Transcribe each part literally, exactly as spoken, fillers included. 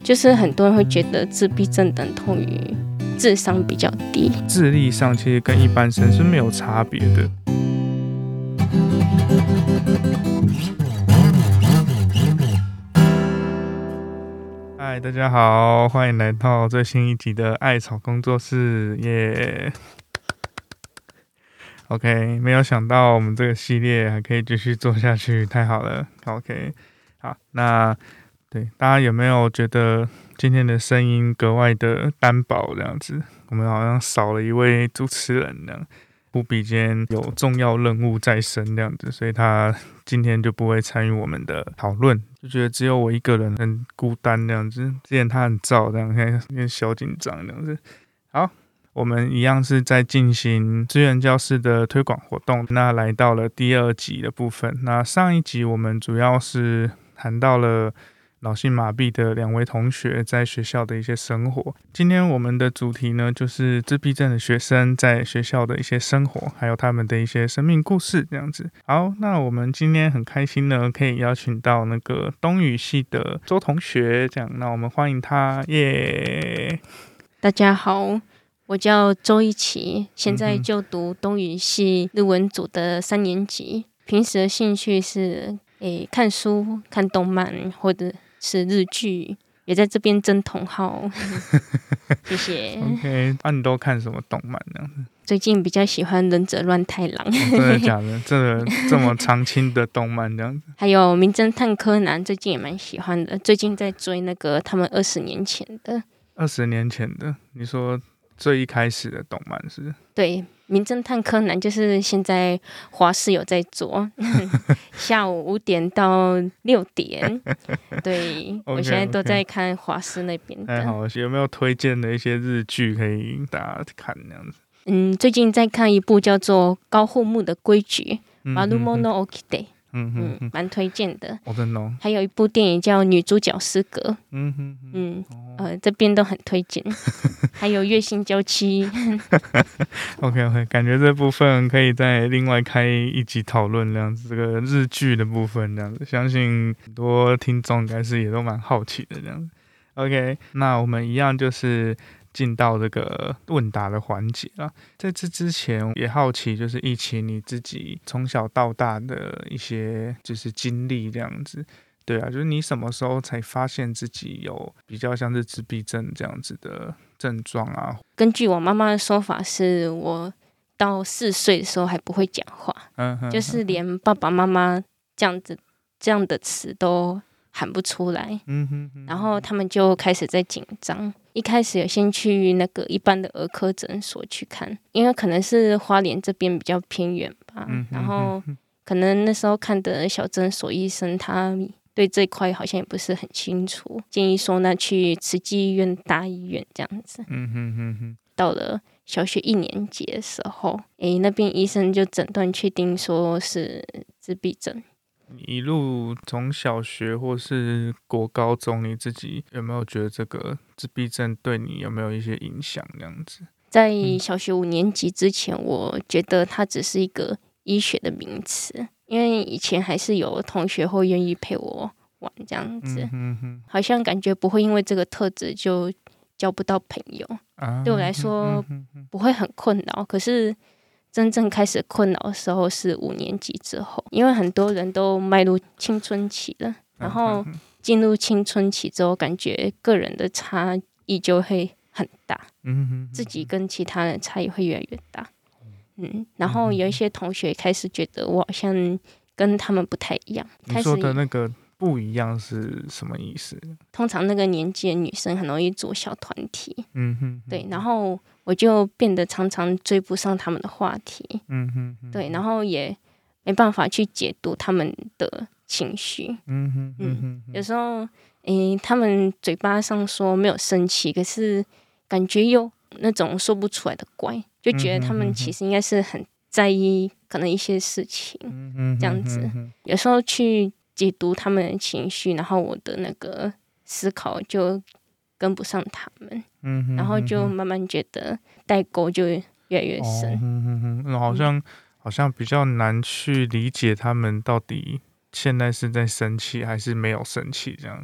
就是很多人会觉得自闭症等同于智商比较低， 智力上其实跟一般生是没有差别的。嗨，大家好，欢迎来到最新一集的艾草工作室，耶、yeah ！OK， 没有想到我们这个系列还可以继续做下去，太好了。OK， 好，那对大家有没有觉得今天的声音格外的单薄？这样子，我们好像少了一位主持人这样。忽比间有重要任务在身这样子，所以他今天就不会参与我们的讨论，就觉得只有我一个人很孤单这样子。之前他很燥这样，现在有点小紧张这样子。好，我们一样是在进行资源教室的推广活动，那来到了第二集的部分。那上一集我们主要是谈到了脑性麻痹的两位同学在学校的一些生活。今天我们的主题呢，就是自闭症的学生在学校的一些生活，还有他们的一些生命故事这样子。好，那我们今天很开心呢，可以邀请到那个东语系的周同学，这样，那我们欢迎他，耶、yeah ！ 大家好，我叫周一琪，现在就读东语系日文组的三年级。平时的兴趣是诶看书、看动漫，或者是日剧，也在这边争同好。谢谢。 OK， 啊，你都看什么动漫呢？ 最近比较喜欢《忍者乱太郎》 哦。真的假的？这个这么长青的动漫这样子。 还有《名侦探柯南》，最近也蛮喜欢的。最近在追那个他们二十年前的。 二十年前的，你说最一开始的动漫是不是？ 对。名侦探柯南就是现在华视有在做，下午五点到六点。对， okay, 我现在都在看华视那边的。 太好了，有没有推荐的一些日剧可以大家看那样子？ 嗯，最近在看一部叫做《高户木的规矩》（Marumo no Okite）。嗯嗯嗯，蛮推荐的。 我真的哦。 还有一部电影叫《女主角失格》。 嗯哼嗯，呃，这边都很推荐。还有《月薪娇妻》。 OK OK， 感觉这部分可以再另外开一集讨论这样子，这个日剧的部分这样子，相信很多听众应该是也都蛮好奇的这样子。OK， 那我们一样就是进到这个问答的环节啦。在这之前也好奇，就是一起你自己从小到大的一些就是经历这样子。对啊，就是你什么时候才发现自己有比较像是自闭症这样子的症状啊？ 根据我妈妈的说法，是我到四岁的时候还不会讲话，嗯、哼哼就是连爸爸妈妈这样子这样的词都喊不出来。嗯哼哼，然后他们就开始在紧张。一开始有先去那个一般的儿科诊所去看，因为可能是花莲这边比较偏远吧。嗯、然后可能那时候看的小诊所医生他对这一块好像也不是很清楚，建议说那去慈济医院大医院这样子。嗯哼哼哼。到了小学一年级的时候，诶，那边医生就诊断确定说是自闭症。 一路从小学或是国高中，你自己有没有觉得这个自闭症对你有没有一些影响这样子？ 在小学五年级之前，我觉得它只是一个医学的名词。因为以前还是有同学会愿意陪我玩这样子，嗯、哼哼好像感觉不会因为这个特质就交不到朋友。啊、对我来说不会很困扰，可是真正开始困扰的时候是五年级之后，因为很多人都迈入青春期了，然后进入青春期之后，感觉个人的差异就会很大，嗯、哼哼自己跟其他人差异会越来越大。嗯，然后有一些同学开始觉得我好像跟他们不太一样。 你说的那个不一样是什么意思？ 通常那个年纪的女生很容易组小团体。嗯哼, 哼，对，然后我就变得常常追不上他们的话题。嗯哼, 哼，对，然后也没办法去解读他们的情绪。嗯哼, 哼, 哼, 哼，嗯，有时候，诶，他们嘴巴上说没有生气，可是感觉又那种说不出来的怪。就觉得他们其实应该是很在意可能一些事情，这样子。有时候去解读他们的情绪，然后我的那个思考就跟不上他们，然后就慢慢觉得代沟就越来越深。哦嗯嗯、好像、嗯、好像比较难去理解他们到底现在是在生气还是没有生气这样子。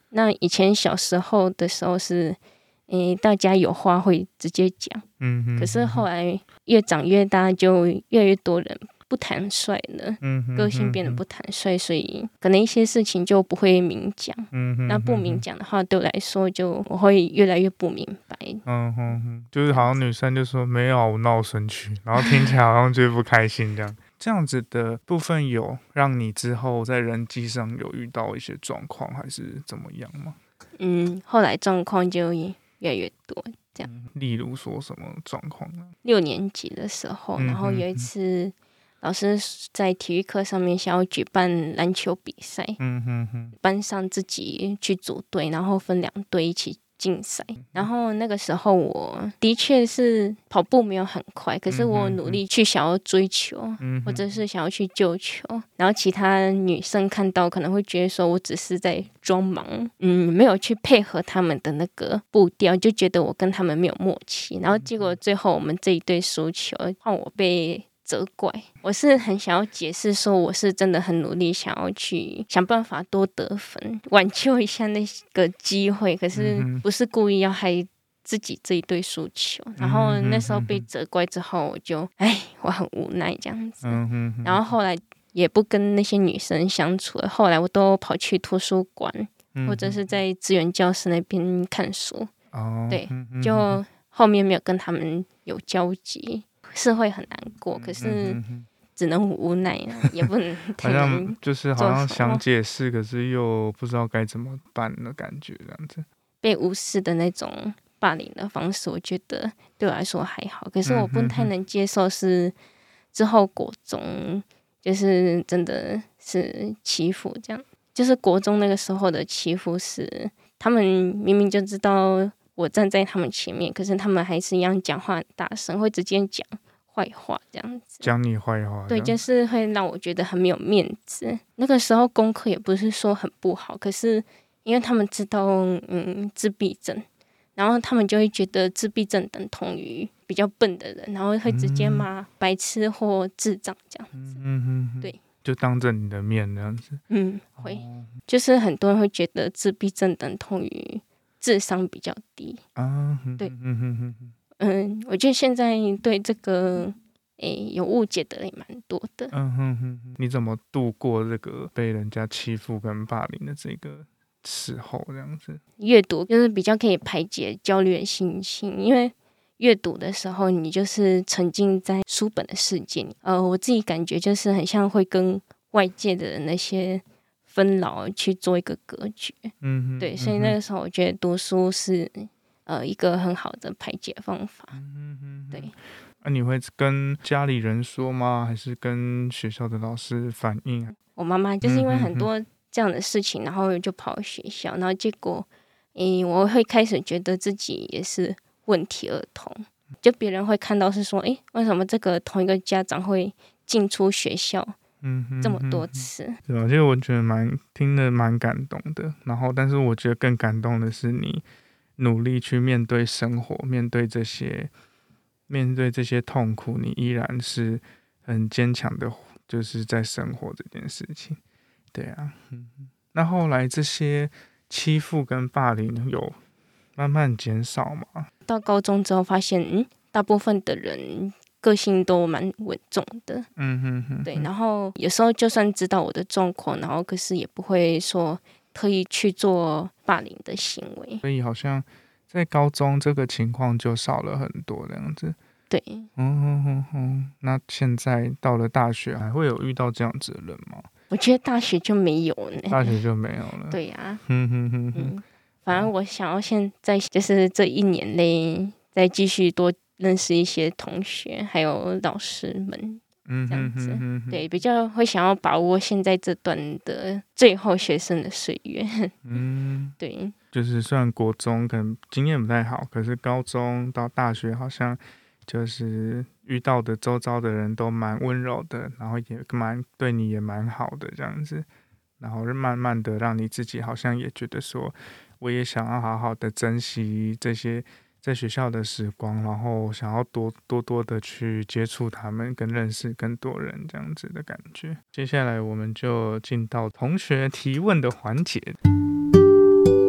那以前小时候的时候是，诶，大家有话会直接讲， 嗯哼， 可是后来越长越大，就越来越多人不坦率了， 嗯哼， 个性变得不坦率，所以可能一些事情就不会明讲。 嗯哼， 那不明讲的话，对我来说就我会越来越不明白。 嗯哼哼，就是好像女生就说没有我闹生气，然后听起来好像就是不开心这样。这样子的部分有让你之后在人际上有遇到一些状况，还是怎么样吗？ 嗯，后来状况就越来越多。这样、 嗯，例如说什么状况呢？ 六年级的时候，然后有一次老师在体育课上面想要举办篮球比赛， 嗯哼哼， 班上自己去组队，然后分两队一起竞赛。然后那个时候我的确是跑步没有很快，可是我努力去想要追球， 嗯、 或者是想要去救球。然后其他女生看到可能会觉得说我只是在装忙，嗯，没有去配合他们的那个步调，就觉得我跟他们没有默契。然后结果最后我们这一队输球，换我被责怪。我是很想要解释说我是真的很努力想要去想办法多得分，挽救一下那个机会，可是不是故意要害自己这一队输球。然后那时候被责怪之后，我就哎，我很无奈这样子。然后后来也不跟那些女生相处了，后来我都跑去图书馆、或者是在资源教室那边看书。对，就后面没有跟他们有交集，是会很难过，可是只能无奈了，也不能太能好像就是好像想解释，可是又不知道该怎么办的感觉，这样子被无视的那种霸凌的方式，我觉得对我来说还好。可是我不太能接受是之后国中就是真的是欺负这样，就是国中那个时候的欺负是他们明明就知道我站在他们前面，可是他们还是一样讲话很大声，会直接讲坏话这样子， 讲你坏话， 对，就是会让我觉得很没有面子。那个时候功课也不是说很不好，可是因为他们知道嗯自闭症，然后他们就会觉得自闭症等同于比较笨的人，然后会直接骂白痴或智障这样子。嗯嗯，对， 就当着你的面这样子。 嗯，会，哦、就是很多人会觉得自闭症等同于智商比较低啊。对，嗯哼哼哼。嗯，我觉得现在对这个诶有误解的人也蛮多的。 嗯哼哼，你怎么度过这个被人家欺负跟霸凌的这个时候？这样子， 阅读就是比较可以排解焦虑的心情，因为阅读的时候你就是沉浸在书本的世界里。呃，我自己感觉就是很像会跟外界的那些纷扰去做一个隔绝。嗯，对，所以那个时候我觉得读书是。呃，一个很好的排解方法。嗯哼，对。 那、啊、你会跟家里人说吗？还是跟学校的老师反映啊？ 我妈妈就是因为很多这样的事情，然后就跑学校，然后结果，诶，我会开始觉得自己也是问题儿童。就别人会看到是说，诶，为什么这个同一个家长会进出学校这么多次？嗯、 对吧？其实我觉得蛮听得蛮感动的。然后，但是我觉得更感动的是你。努力去面对生活，面对这些，面对这些痛苦，你依然是很坚强的，就是在生活这件事情。对啊，嗯，那后来这些欺负跟霸凌有慢慢减少吗？ 到高中之后发现，嗯，大部分的人个性都蛮稳重的。嗯哼哼，对，然后有时候就算知道我的状况，然后可是也不会说。特意去做霸凌的行为， 所以好像在高中这个情况就少了很多这样子。 对， 嗯哼哼哼。那现在到了大学，还会有遇到这样子的人吗？ 我觉得大学就没有呢。 大学就没有了。 对呀、啊。 嗯哼哼哼。 嗯，反正我想要现在就是这一年内再继续多认识一些同学，还有老师们。嗯，这样子，对，比较会想要把握现在这段的最后学生的岁月。嗯，对， 就是虽然国中可能经验不太好，可是高中到大学好像就是遇到的周遭的人都蛮温柔的，然后也蛮对你也蛮好的这样子，然后慢慢的让你自己好像也觉得说，我也想要好好的珍惜这些。在学校的时光，然后想要多多多的去接触他们，跟认识更多人这样子的感觉。接下来我们就进到同学提问的环节。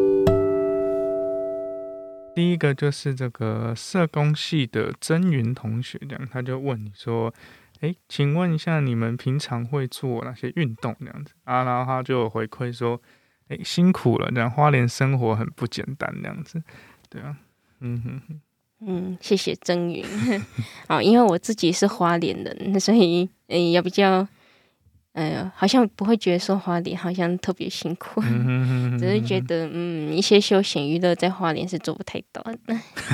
第一个就是这个社工系的曾云同学，这样他就问你说，哎，请问一下你们平常会做哪些运动这样子啊？然后他就有回馈说，哎，辛苦了，这样花莲生活很不简单这样子，对啊，嗯哼哼。 嗯，谢谢曾云。哦，因为我自己是花莲人，所以呃也比较，呃，好像不会觉得说花莲好像特别辛苦， 嗯哼哼哼只是觉得嗯一些休闲娱乐在花莲是做不太到的。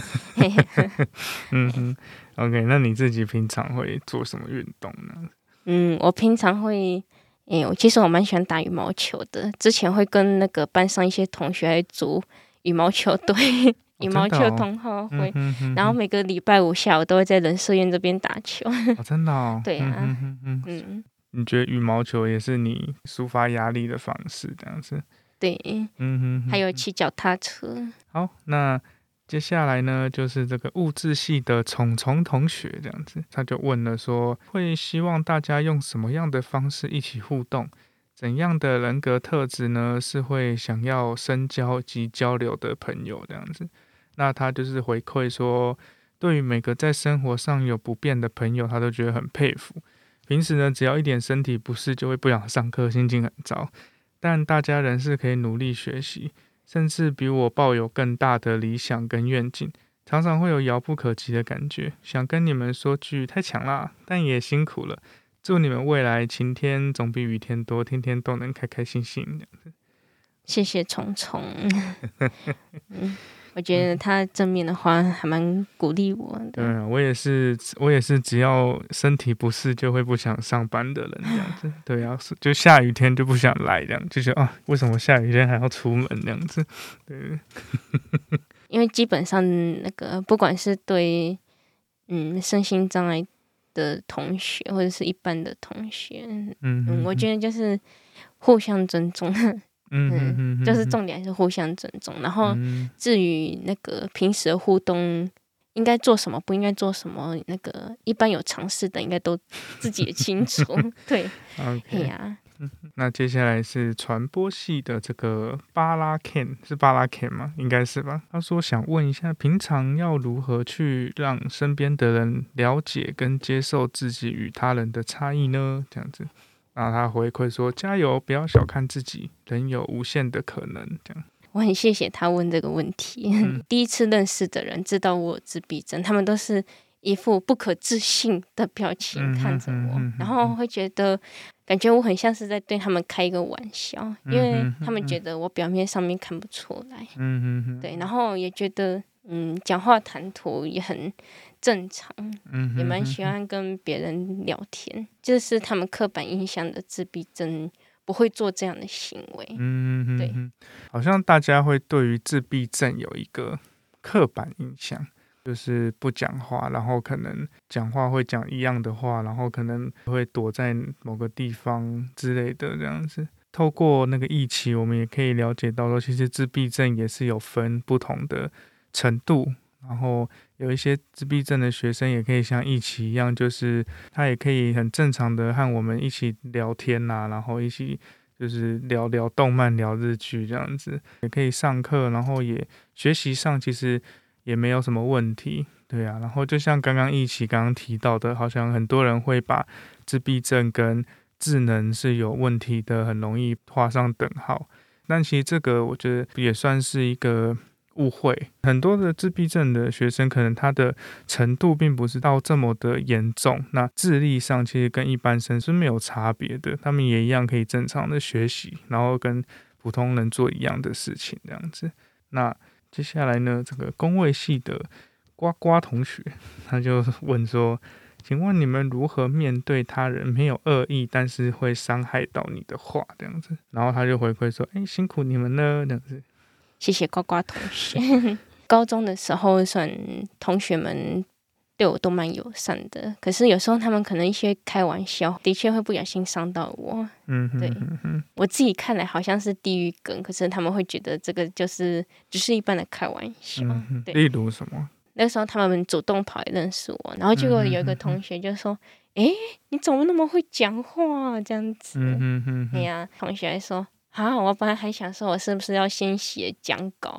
嗯哼，OK， 那你自己平常会做什么运动呢？ 嗯，我平常会，哎、欸，其实我蛮喜欢打羽毛球的。之前会跟那个班上一些同学来组羽毛球队。羽毛球同好会， 嗯、哼哼然后每个礼拜五下午都会在人社院这边打球。 哦、真的哦。 对啊， 嗯哼哼嗯， 你觉得羽毛球也是你抒发压力的方式，这样子？ 对， 嗯哼哼， 还有骑脚踏车。 好，那接下来呢，就是这个物质系的虫虫同学，这样子，他就问了说，会希望大家用什么样的方式一起互动？怎样的人格特质呢，是会想要深交及交流的朋友这样子？那他就是回馈说，对于每个在生活上有不便的朋友，他都觉得很佩服。平时呢，只要一点身体不适，就会不想上课，心情很糟。但大家仍是可以努力学习，甚至比我抱有更大的理想跟愿景，常常会有遥不可及的感觉。想跟你们说句太强啦，但也辛苦了。祝你们未来晴天总比雨天多，天天都能开开心心这样子。 谢谢虫虫。嗯，我觉得他正面的话还蛮鼓励我的。 对啊，我也是，我也是，只要身体不适就会不想上班的人这样子。对啊，就下雨天就不想来这样，就觉得啊，为什么下雨天还要出门这样子？对。 因为基本上那个不管是对嗯身心障碍的同学，或者是一般的同学，嗯，嗯我觉得就是互相尊重。嗯，嗯就是重点是互相尊重。然后至于那个平时的互动，应该做什么，不应该做什么，那个一般有尝试的应该都自己也清楚。对，对呀、啊。 那接下来是传播系的这个巴拉 Ken， 是巴拉 Ken 吗？应该是吧。他说想问一下，平常要如何去让身边的人了解跟接受自己与他人的差异呢？这样子，然后他回馈说加油，不要小看自己，人有无限的可能。这样， 我很谢谢他问这个问题。嗯、第一次认识的人知道我有自闭症，他们都是一副不可置信的表情看着我，嗯、然后会觉得感觉我很像是在对他们开一个玩笑，因为他们觉得我表面上面看不出来，嗯、对，然后也觉得嗯讲话谈吐也很正常，嗯、也蛮喜欢跟别人聊天，这是他们刻板印象的自闭症不会做这样的行为。嗯，对， 好像大家会对于自闭症有一个刻板印象。就是不讲话，然后可能讲话会讲一样的话，然后可能会躲在某个地方之类的这样子。透过那个疫期，我们也可以了解到说，其实自闭症也是有分不同的程度。然后有一些自闭症的学生也可以像疫期一样，就是他也可以很正常的和我们一起聊天啊，然后一起就是聊聊动漫、聊日剧这样子，也可以上课，然后也学习上其实也没有什么问题，对啊。然后就像刚刚一起刚刚提到的，好像很多人会把自闭症跟智能是有问题的，很容易画上等号。但其实这个我觉得也算是一个误会。很多的自闭症的学生，可能他的程度并不是到这么的严重，那智力上其实跟一般生是没有差别的，他们也一样可以正常的学习，然后跟普通人做一样的事情这样子。那接下来呢，这个公卫系的呱呱同学，他就问说，请问你们如何面对他人没有恶意但是会伤害到你的话这样子？然后他就回馈说，哎，辛苦你们了这样子。 谢谢呱呱同学。高中的时候算同学们对我都蛮友善的，可是有时候他们可能一些开玩笑的确会不小心伤到我。嗯，对，我自己看来好像是地狱梗，可是他们会觉得这个就是只是一般的开玩笑。 嗯、对，例如什么？ 那时候他们主动跑来认识我，然后结果有一个同学就说，哎、欸，你怎么那么会讲话这样子？嗯哼哼，哎呀，同学还说，啊，我本来还想说我是不是要先写讲稿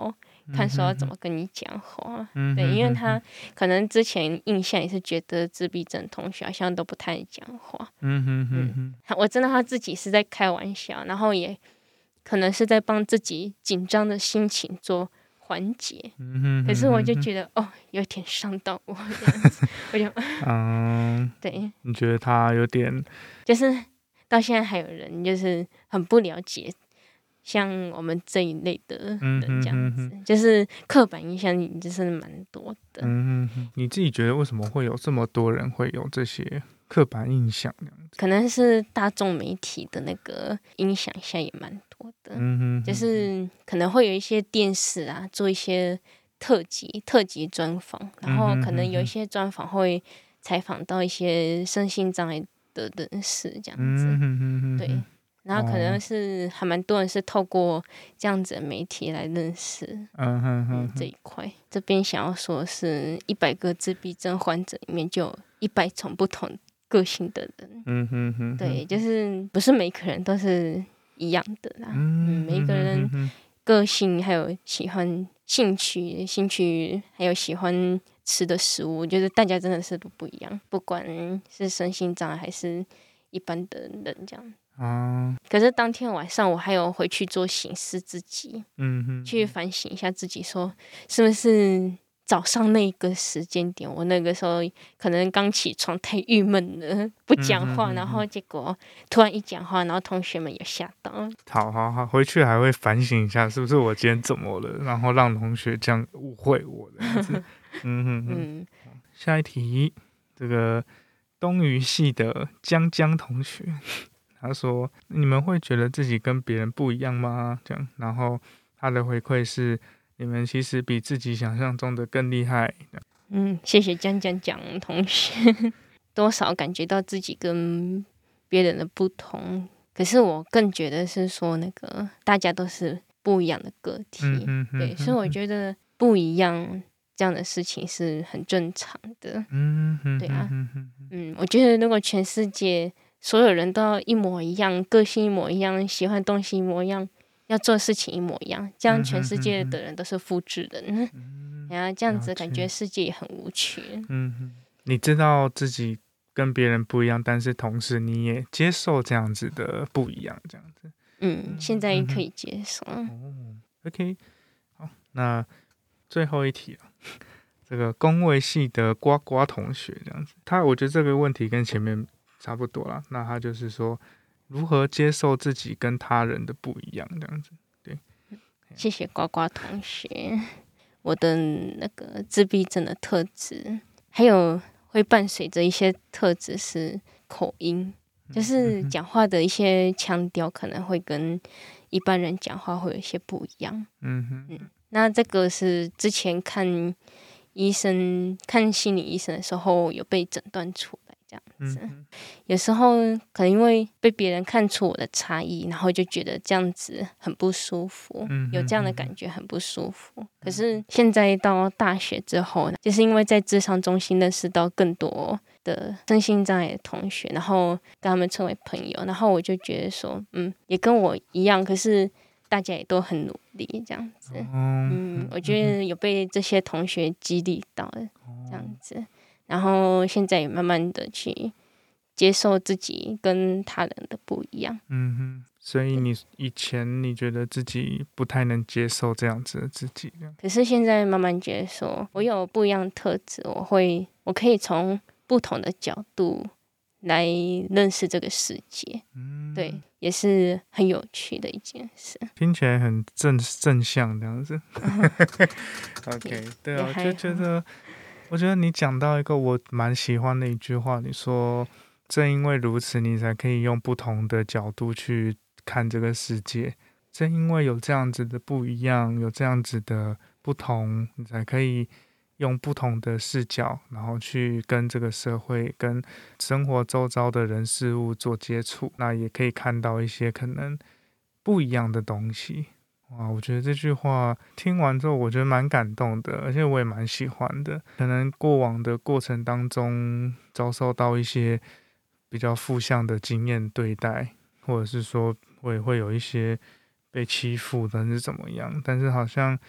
看说要怎么跟你讲话。 嗯、 对，因为他可能之前印象也是觉得自闭症同学好像都不太讲话。 嗯哼哼哼， 嗯，我知道他自己是在开玩笑，然后也可能是在帮自己紧张的心情做缓解。 嗯哼， 可是我就觉得哦，有点伤到我这样子，我就嗯， 对， 你觉得他有点， 就是到现在还有人就是很不了解像我们这一类的人这样子，嗯、就是刻板印象就是蛮多的。 嗯哼，你自己觉得为什么会有这么多人会有这些刻板印象？ 可能是大众媒体的那个影响下也蛮多的。嗯哼哼，就是可能会有一些电视啊做一些特辑、特辑专访，然后可能有一些专访会采访到一些身心障碍的人士这样子。嗯哼哼哼，对。然后可能是还蛮多人是透过这样子的媒体来认识嗯哼哼、嗯、这一块。这边想要说的是一百个自闭症患者里面就有一百种不同个性的人。嗯哼哼，对，就是不是每个人都是一样的啦。嗯，每一个人个性还有喜欢兴趣、兴趣还有喜欢吃的食物，就是大家真的是都不一样，不管是身心障碍还是一般的人这样。啊、可是当天晚上我还有回去做省思自己，嗯哼，去反省一下自己说，是不是早上那个时间点，我那个时候可能刚起床太郁闷了，不讲话，嗯哼嗯哼，然后结果突然一讲话，然后同学们也吓到。 好好好，回去还会反省一下，是不是我今天怎么了，然后让同学这样误会我的样子。嗯哼哼，嗯，下一题，这个东语系的江江同学。他说：“你们会觉得自己跟别人不一样吗？”这样，然后他的回馈是：“你们其实比自己想象中的更厉害。” 嗯，谢谢江江江同学，多少感觉到自己跟别人的不同。可是我更觉得是说，那个大家都是不一样的个体，嗯、对，所以我觉得不一样这样的事情是很正常的。嗯，对啊，嗯，我觉得如果全世界所有人都要一模一样，个性一模一样，喜欢东西一模一样，要做事情一模一样，这样全世界的人都是复制人，嗯、然后这样子感觉世界也很无趣。 嗯，你知道自己跟别人不一样，但是同时你也接受这样子的不一样，这样子。 嗯，现在可以接受。哦 ，OK， 好，那最后一题了。这个公卫系的呱呱同学这样子，他我觉得这个问题跟前面差不多啦。那他就是说，如何接受自己跟他人的不一样这样子。对， 谢谢呱呱同学。我的那个自闭症的特质，还有会伴随着一些特质是口音，就是讲话的一些腔调可能会跟一般人讲话会有一些不一样。嗯哼，嗯，那这个是之前看医生看心理医生的时候有被诊断出来这样子。嗯、有时候可能因为被别人看出我的差异，然后就觉得这样子很不舒服，嗯、有这样的感觉很不舒服。嗯、可是现在到大学之后，就是因为在諮商中心认识到更多的身心障碍的同学，然后跟他们成为朋友，然后我就觉得说，嗯，也跟我一样，可是大家也都很努力这样子。嗯，我觉得有被这些同学激励到这样子，然后现在也慢慢的去接受自己跟他人的不一样。 嗯哼，所以你以前你觉得自己不太能接受这样子的自己， 可是现在慢慢接受，我有不一样的特质，我会我可以从不同的角度来认识这个世界。嗯，对，也是很有趣的一件事。 听起来很正正向这样子。OK， 对啊，我就觉得，我觉得你讲到一个我蛮喜欢的一句话，你说正因为如此，你才可以用不同的角度去看这个世界。正因为有这样子的不一样，有这样子的不同，你才可以用不同的视角，然后去跟这个社会、跟生活周遭的人事物做接触，那也可以看到一些可能不一样的东西。哇，我觉得这句话听完之后，我觉得蛮感动的，而且我也蛮喜欢的。可能过往的过程当中，遭受到一些比较负向的经验对待，或者是说我也会有一些被欺负的是怎么样，但是好像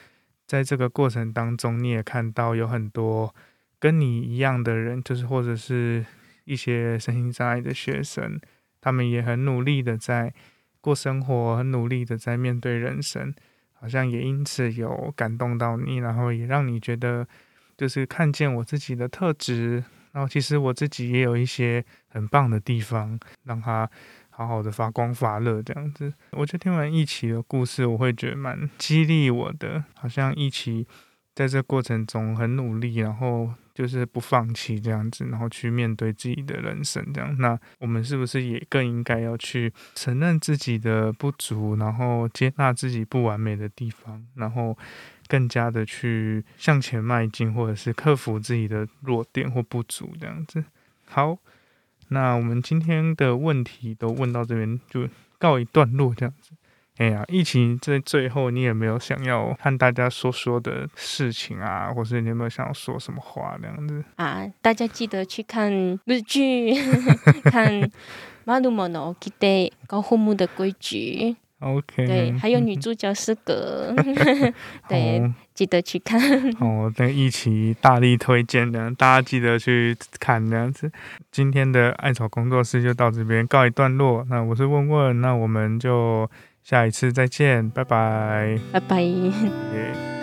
在这个过程当中，你也看到有很多跟你一样的人，就是或者是一些身心障碍的学生，他们也很努力的在过生活，很努力的在面对人生，好像也因此有感动到你，然后也让你觉得就是看见我自己的特质，然后其实我自己也有一些很棒的地方，让他好好的发光发热这样子。我觉得听完一起的故事，我会觉得蛮激励我的，好像一起在这过程中很努力，然后就是不放弃这样子，然后去面对自己的人生这样。那我们是不是也更应该要去承认自己的不足，然后接纳自己不完美的地方，然后更加的去向前迈进，或者是克服自己的弱点或不足这样子。好，那我们今天的问题都问到这边就告一段落这样子。哎呀，疫情在最后，你有没有想要和大家说说的事情啊，或是你有没有想要说什么话这样子啊？大家记得去看日剧，看《マルモの掟》高后木的规矩。 OK， 对，还有女主角是个，对，哦，记得去看。 哦，那一起大力推荐的，大家记得去看这样子。今天的艾草工作室就到这边告一段落。那我是问问，那我们就下一次再见，拜拜， 拜拜。 yeah